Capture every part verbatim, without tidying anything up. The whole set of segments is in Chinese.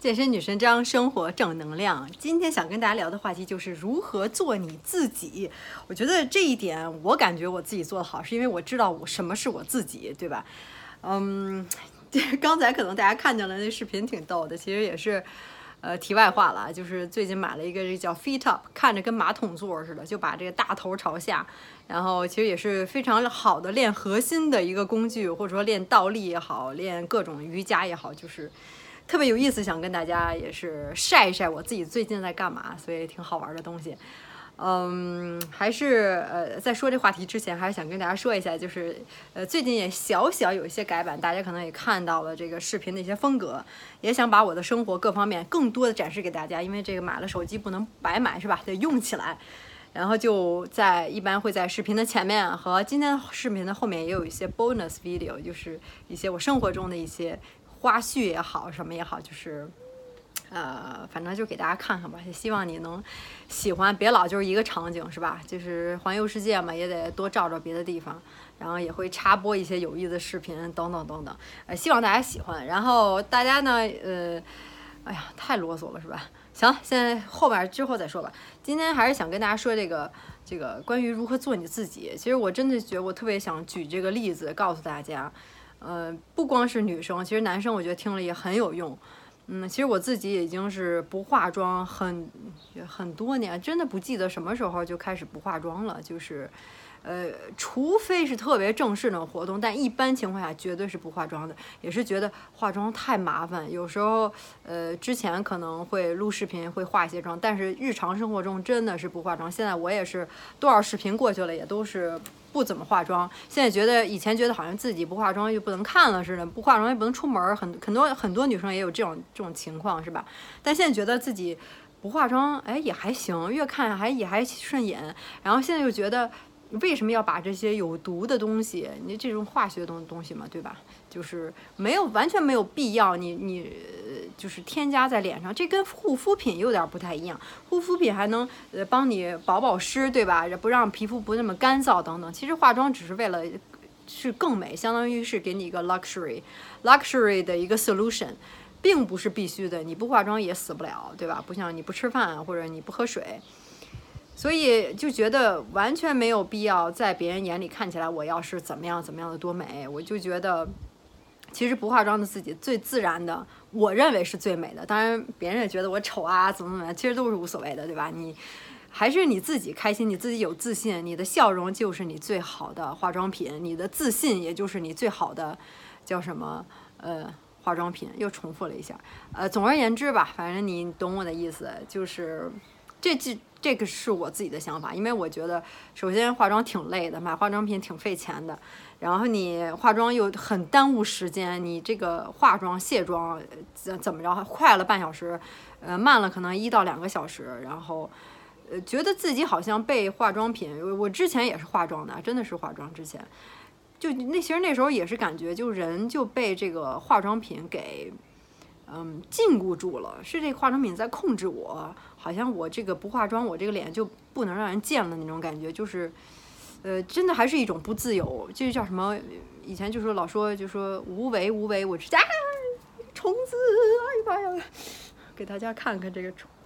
健身女神张，生活正能量。今天想跟大家聊的话题就是如何做你自己。我觉得这一点，我感觉我自己做得好，是因为我知道我什么是我自己，对吧？嗯，刚才可能大家看见了那视频挺逗的，其实也是，呃，题外话了，就是最近买了一个这叫 Feet Up， 看着跟马桶座似的，就把这个大头朝下，然后其实也是非常好的练核心的一个工具，或者说练倒立也好，练各种瑜伽也好，就是特别有意思，想跟大家也是晒一晒我自己最近在干嘛，所以挺好玩的东西。嗯，还是呃，在说这话题之前，还是想跟大家说一下，就是呃，最近也小小有一些改版，大家可能也看到了这个视频的一些风格，也想把我的生活各方面更多的展示给大家，因为这个买了手机不能白买是吧，得用起来。然后就在一般会在视频的前面和今天视频的后面也有一些 bonus video， 就是一些我生活中的一些花絮也好，什么也好，就是。呃，反正就给大家看看吧，也希望你能喜欢，别老就是一个场景，是吧？就是环游世界嘛，也得多照照别的地方，然后也会插播一些有意思的视频，等等等等。呃，希望大家喜欢。然后大家呢，呃，哎呀，太啰嗦了，是吧？行，现在后面之后再说吧。今天还是想跟大家说这个这个关于如何做你自己。其实我真的觉得我特别想举这个例子告诉大家，呃，不光是女生，其实男生我觉得听了也很有用。嗯，其实我自己已经是不化妆很很多年，真的不记得什么时候就开始不化妆了。就是，呃，除非是特别正式的活动，但一般情况下绝对是不化妆的。也是觉得化妆太麻烦，有时候，呃，之前可能会录视频会化一些妆，但是日常生活中真的是不化妆。现在我也是多少视频过去了，也都是不怎么化妆。现在觉得以前觉得好像自己不化妆就不能看了似的，不化妆也不能出门，很很多很多女生也有这种这种情况，是吧？但现在觉得自己不化妆，哎，也还行，越看还也还顺眼。然后现在又觉得，为什么要把这些有毒的东西，你这种化学东东西嘛，对吧？就是没有完全没有必要你，你你就是添加在脸上，这跟护肤品有点不太一样。护肤品还能呃帮你保保湿，对吧？不让皮肤不那么干燥等等。其实化妆只是为了是更美，相当于是给你一个 luxury luxury 的一个 solution， 并不是必须的。你不化妆也死不了，对吧？不像你不吃饭或者你不喝水。所以就觉得完全没有必要在别人眼里看起来我要是怎么样怎么样的多美。我就觉得其实不化妆的自己最自然的，我认为是最美的。当然别人也觉得我丑啊怎么怎么样，其实都是无所谓的，对吧？你还是你自己开心，你自己有自信，你的笑容就是你最好的化妆品，你的自信也就是你最好的叫什么呃化妆品。又重复了一下，呃，总而言之吧，反正你懂我的意思，就是这这这个是我自己的想法。因为我觉得首先化妆挺累的，买化妆品挺费钱的，然后你化妆又很耽误时间，你这个化妆卸妆怎怎么着快了半小时，呃慢了可能一到两个小时，然后呃觉得自己好像被化妆品，我之前也是化妆的，真的是化妆之前就那其实那时候也是感觉就人就被这个化妆品给嗯禁锢住了，是这个化妆品在控制我，好像我这个不化妆我这个脸就不能让人见了那种感觉。就是呃真的还是一种不自由，就是叫什么以前就说老说就说无为无为，我是啊虫子，哎呀妈呀，给大家看看这个虫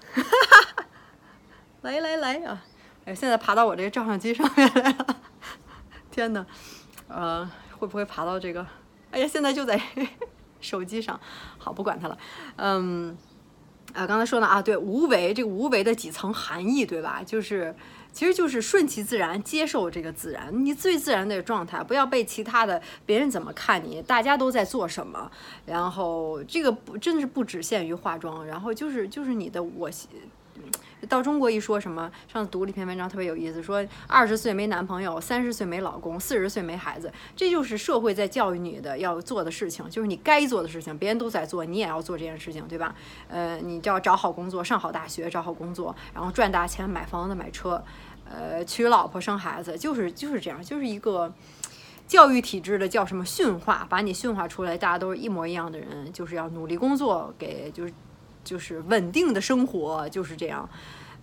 来来来啊，哎现在爬到我这个照相机上面来了，天哪，呃会不会爬到这个，哎呀现在就在手机上，好不管它了。嗯呃刚才说呢啊，对，无为，这个无为的几层含义，对吧？就是其实就是顺其自然，接受这个自然，你最自然的状态，不要被其他的别人怎么看你，大家都在做什么。然后这个不真的是不只限于化妆，然后就是就是你的我到中国一说什么，上次读了一篇文章特别有意思，说二十岁没男朋友，三十岁没老公，四十岁没孩子，这就是社会在教育你的要做的事情，就是你该做的事情，别人都在做，你也要做这件事情，对吧？呃，你就要找好工作，上好大学，找好工作，然后赚大钱，买房子，买车，呃，娶老婆，生孩子，就是就是这样，就是一个教育体制的叫什么驯化，把你驯化出来，大家都是一模一样的人，就是要努力工作，给就是就是稳定的生活，就是这样。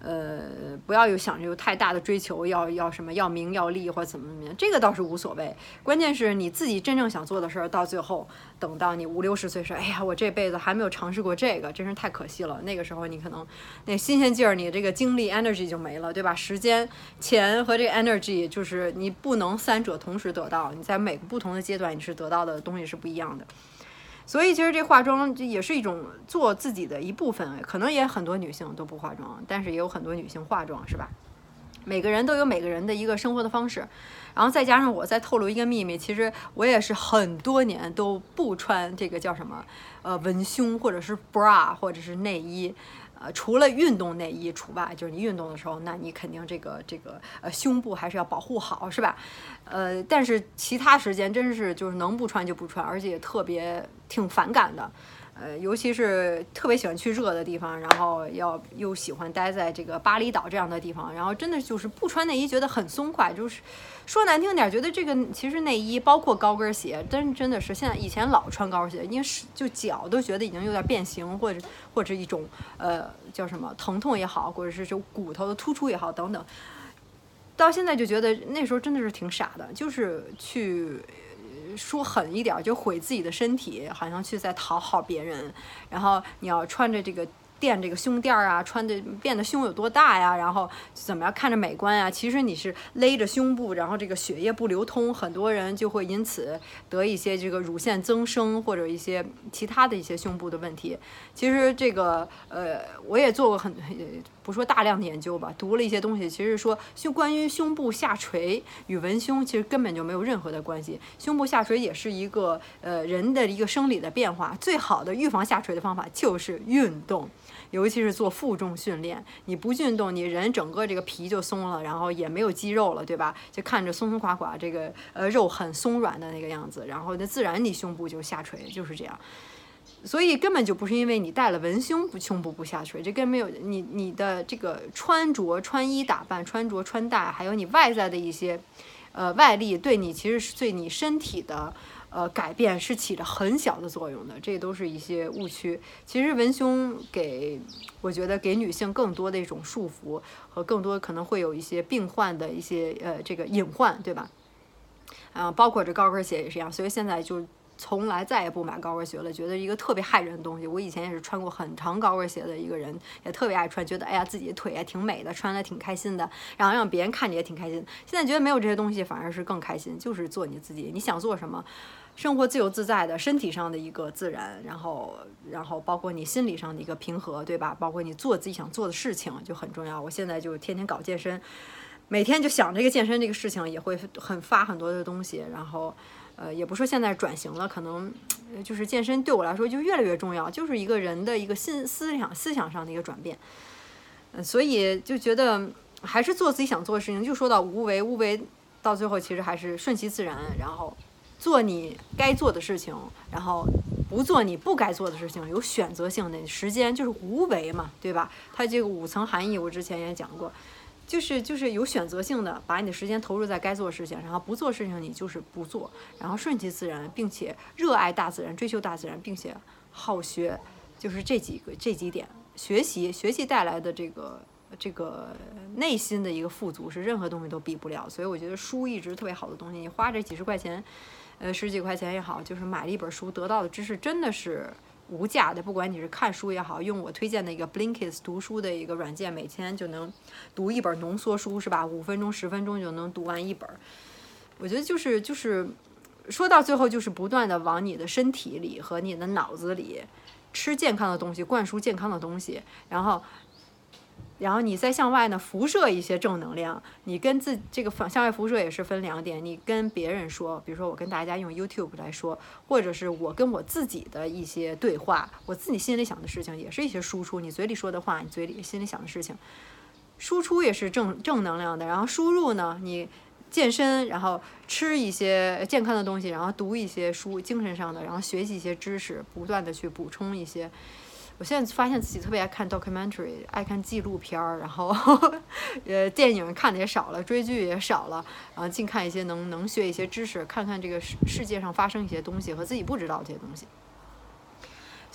呃，不要有想着有太大的追求，要要什么要名要利或者怎么怎么样，这个倒是无所谓。关键是你自己真正想做的事儿，到最后等到你五六十岁时，哎呀，我这辈子还没有尝试过这个，真是太可惜了。那个时候你可能那新鲜劲儿，你这个精力 energy 就没了，对吧？时间、钱和这个 energy 就是你不能三者同时得到，你在每个不同的阶段你是得到的东西是不一样的。所以其实这化妆也是一种做自己的一部分，可能也很多女性都不化妆，但是也有很多女性化妆，是吧？每个人都有每个人的一个生活的方式，然后再加上我再透露一个秘密，其实我也是很多年都不穿这个叫什么呃文胸或者是 bra 或者是内衣。呃，除了运动内衣除外，就是你运动的时候，那你肯定这个这个呃胸部还是要保护好，是吧？呃，但是其他时间真是就是能不穿就不穿，而且也特别挺反感的。呃，尤其是特别喜欢去热的地方，然后要又喜欢待在这个巴厘岛这样的地方，然后真的就是不穿内衣觉得很松快，就是说难听点，觉得这个其实内衣包括高跟鞋，真真的是现在以前老穿高跟鞋，因为是就脚都觉得已经有点变形，或者或者一种呃叫什么疼痛也好，或者是就骨头的突出也好等等，到现在就觉得那时候真的是挺傻的，就是去。说狠一点，就毁自己的身体，好像去在讨好别人。然后你要穿着这个垫这个胸垫啊，穿的变得胸有多大呀，然后怎么样看着美观啊？其实你是勒着胸部，然后这个血液不流通，很多人就会因此得一些这个乳腺增生或者一些其他的一些胸部的问题。其实这个呃，我也做过很。不说大量的研究吧，读了一些东西，其实说胸关于胸部下垂与文胸其实根本就没有任何的关系。胸部下垂也是一个呃人的一个生理的变化，最好的预防下垂的方法就是运动，尤其是做负重训练。你不运动，你人整个这个皮就松了，然后也没有肌肉了，对吧？就看着松松垮垮，这个呃肉很松软的那个样子，然后那自然你胸部就下垂，就是这样。所以根本就不是因为你带了文胸不胸部不下垂，这跟没有你你的这个穿着、穿衣打扮、穿着穿戴，还有你外在的一些呃外力，对你其实是对你身体的呃改变是起着很小的作用的，这都是一些误区。其实文胸给我觉得给女性更多的一种束缚和更多可能会有一些病患的一些呃这个隐患，对吧？啊、呃，包括这高跟鞋也是一样，所以现在就。从来再也不买高跟鞋了，觉得一个特别害人的东西。我以前也是穿过很长高跟鞋的一个人，也特别爱穿，觉得哎呀自己的腿也挺美的，穿的挺开心的，然后让别人看着也挺开心。现在觉得没有这些东西反而是更开心，就是做你自己，你想做什么，生活自由自在的，身体上的一个自然，然后然后包括你心理上的一个平和，对吧？包括你做自己想做的事情就很重要。我现在就天天搞健身，每天就想这个健身这个事情，也会很发很多的东西，然后。呃，也不说现在转型了，可能就是健身对我来说就越来越重要，就是一个人的一个心思想思想上的一个转变。嗯、呃，所以就觉得还是做自己想做的事情。就说到无为，无为到最后其实还是顺其自然，然后做你该做的事情，然后不做你不该做的事情，有选择性的时间就是无为嘛，对吧？它这个五层含义我之前也讲过。就是就是有选择性的把你的时间投入在该做的事情，然后不做事情你就是不做，然后顺其自然，并且热爱大自然，追求大自然，并且好学，就是这几个这几点，学习学习带来的这个这个内心的一个富足是任何东西都比不了。所以我觉得书一直特别好的东西，你花这几十块钱，呃十几块钱也好，就是买了一本书，得到的知识真的是。无价的，不管你是看书也好，用我推荐的一个 Blinkist 读书的一个软件，每天就能读一本浓缩书，是吧？五分钟、十分钟就能读完一本。我觉得就是就是说到最后，就是不断的往你的身体里和你的脑子里吃健康的东西，灌输健康的东西，然后。然后你再向外呢辐射一些正能量，你跟自这个向外辐射也是分两点，你跟别人说，比如说我跟大家用 YouTube 来说，或者是我跟我自己的一些对话，我自己心里想的事情也是一些输出，你嘴里说的话，你嘴里心里想的事情，输出也是正正能量的，然后输入呢，你健身，然后吃一些健康的东西，然后读一些书，精神上的，然后学习一些知识，不断的去补充一些。我现在发现自己特别爱看 documentary， 爱看纪录片儿，然后呃电影看的也少了，追剧也少了，然后净看一些能能学一些知识，看看这个世世界上发生一些东西和自己不知道这些东西。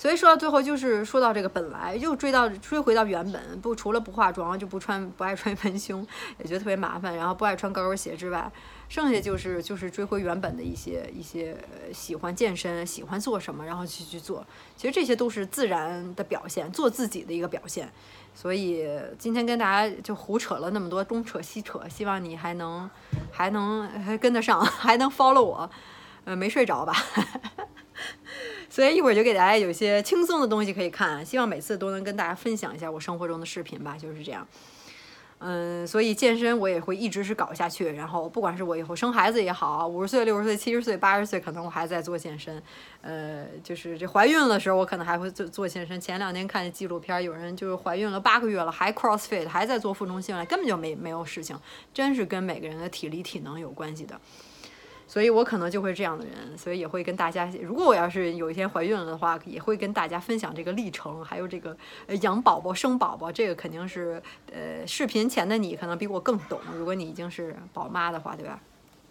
所以说到最后就是说到这个本来，又追到追回到原本，不除了不化妆就不穿不爱穿文胸，也觉得特别麻烦，然后不爱穿高跟鞋之外，剩下就是就是追回原本的一些一些、呃、喜欢健身，喜欢做什么，然后去去做。其实这些都是自然的表现，做自己的一个表现。所以今天跟大家就胡扯了那么多，东扯西扯，希望你还能还能还跟得上，还能 follow 我，呃，没睡着吧？所以一会儿就给大家有一些轻松的东西可以看，希望每次都能跟大家分享一下我生活中的视频吧，就是这样。嗯，所以健身我也会一直是搞下去，然后不管是我以后生孩子也好，五十岁、六十岁、七十岁、八十岁，可能我还在做健身。呃，就是这怀孕的时候，我可能还会做做健身。前两天看纪录片，有人就是怀孕了八个月了，还 CrossFit， 还在做负重训练，根本就没没有事情，真是跟每个人的体力体能有关系的。所以我可能就会这样的人，所以也会跟大家，如果我要是有一天怀孕了的话，也会跟大家分享这个历程，还有这个养宝宝、生宝宝，这个肯定是，呃，视频前的你可能比我更懂，如果你已经是宝妈的话，对吧？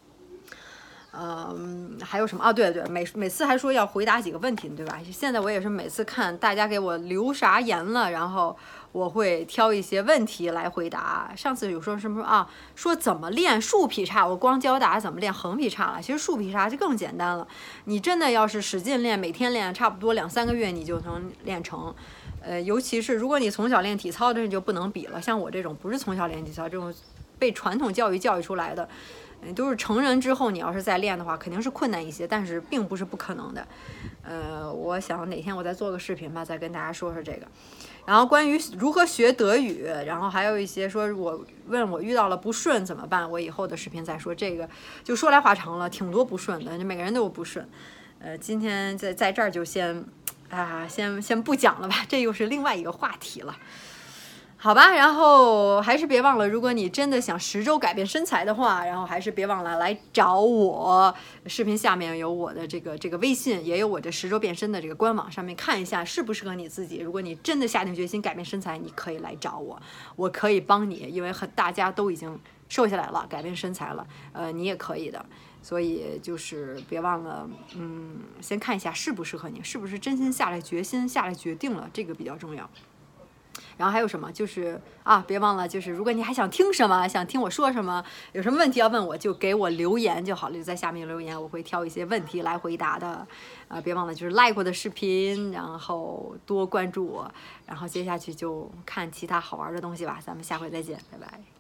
嗯，还有什么啊？对对，每每次还说要回答几个问题，对吧？现在我也是每次看大家给我留啥言了，然后我会挑一些问题来回答。上次有说什么啊？说怎么练竖劈叉，我光教大家怎么练横劈叉了。其实竖劈叉就更简单了，你真的要是使劲练，每天练，差不多两三个月你就能练成。呃，尤其是如果你从小练体操的，就不能比了。像我这种不是从小练体操，这种被传统教育教育出来的。都是成人之后，你要是再练的话，肯定是困难一些，但是并不是不可能的。呃，我想哪天我再做个视频吧，再跟大家说说这个。然后关于如何学德语，然后还有一些说我问我遇到了不顺怎么办，我以后的视频再说这个。就说来话长了，挺多不顺的，每个人都有不顺。呃，今天在在这儿就先啊，先先不讲了吧，这又是另外一个话题了。好吧，然后还是别忘了，如果你真的想十周改变身材的话，然后还是别忘了来找我。视频下面有我的这个这个微信，也有我这十周变身的这个官网，上面看一下适不适合你自己。如果你真的下定决心改变身材，你可以来找我，我可以帮你，因为很大家都已经瘦下来了，改变身材了，呃，你也可以的。所以就是别忘了，嗯，先看一下适不适合你，是不是真心下来决心下来决定了，这个比较重要。然后还有什么？就是啊，别忘了，就是如果你还想听什么，想听我说什么，有什么问题要问我，就给我留言就好了，就在下面留言，我会挑一些问题来回答的。啊，别忘了就是 like 我的视频，然后多关注我，然后接下去就看其他好玩的东西吧。咱们下回再见，拜拜。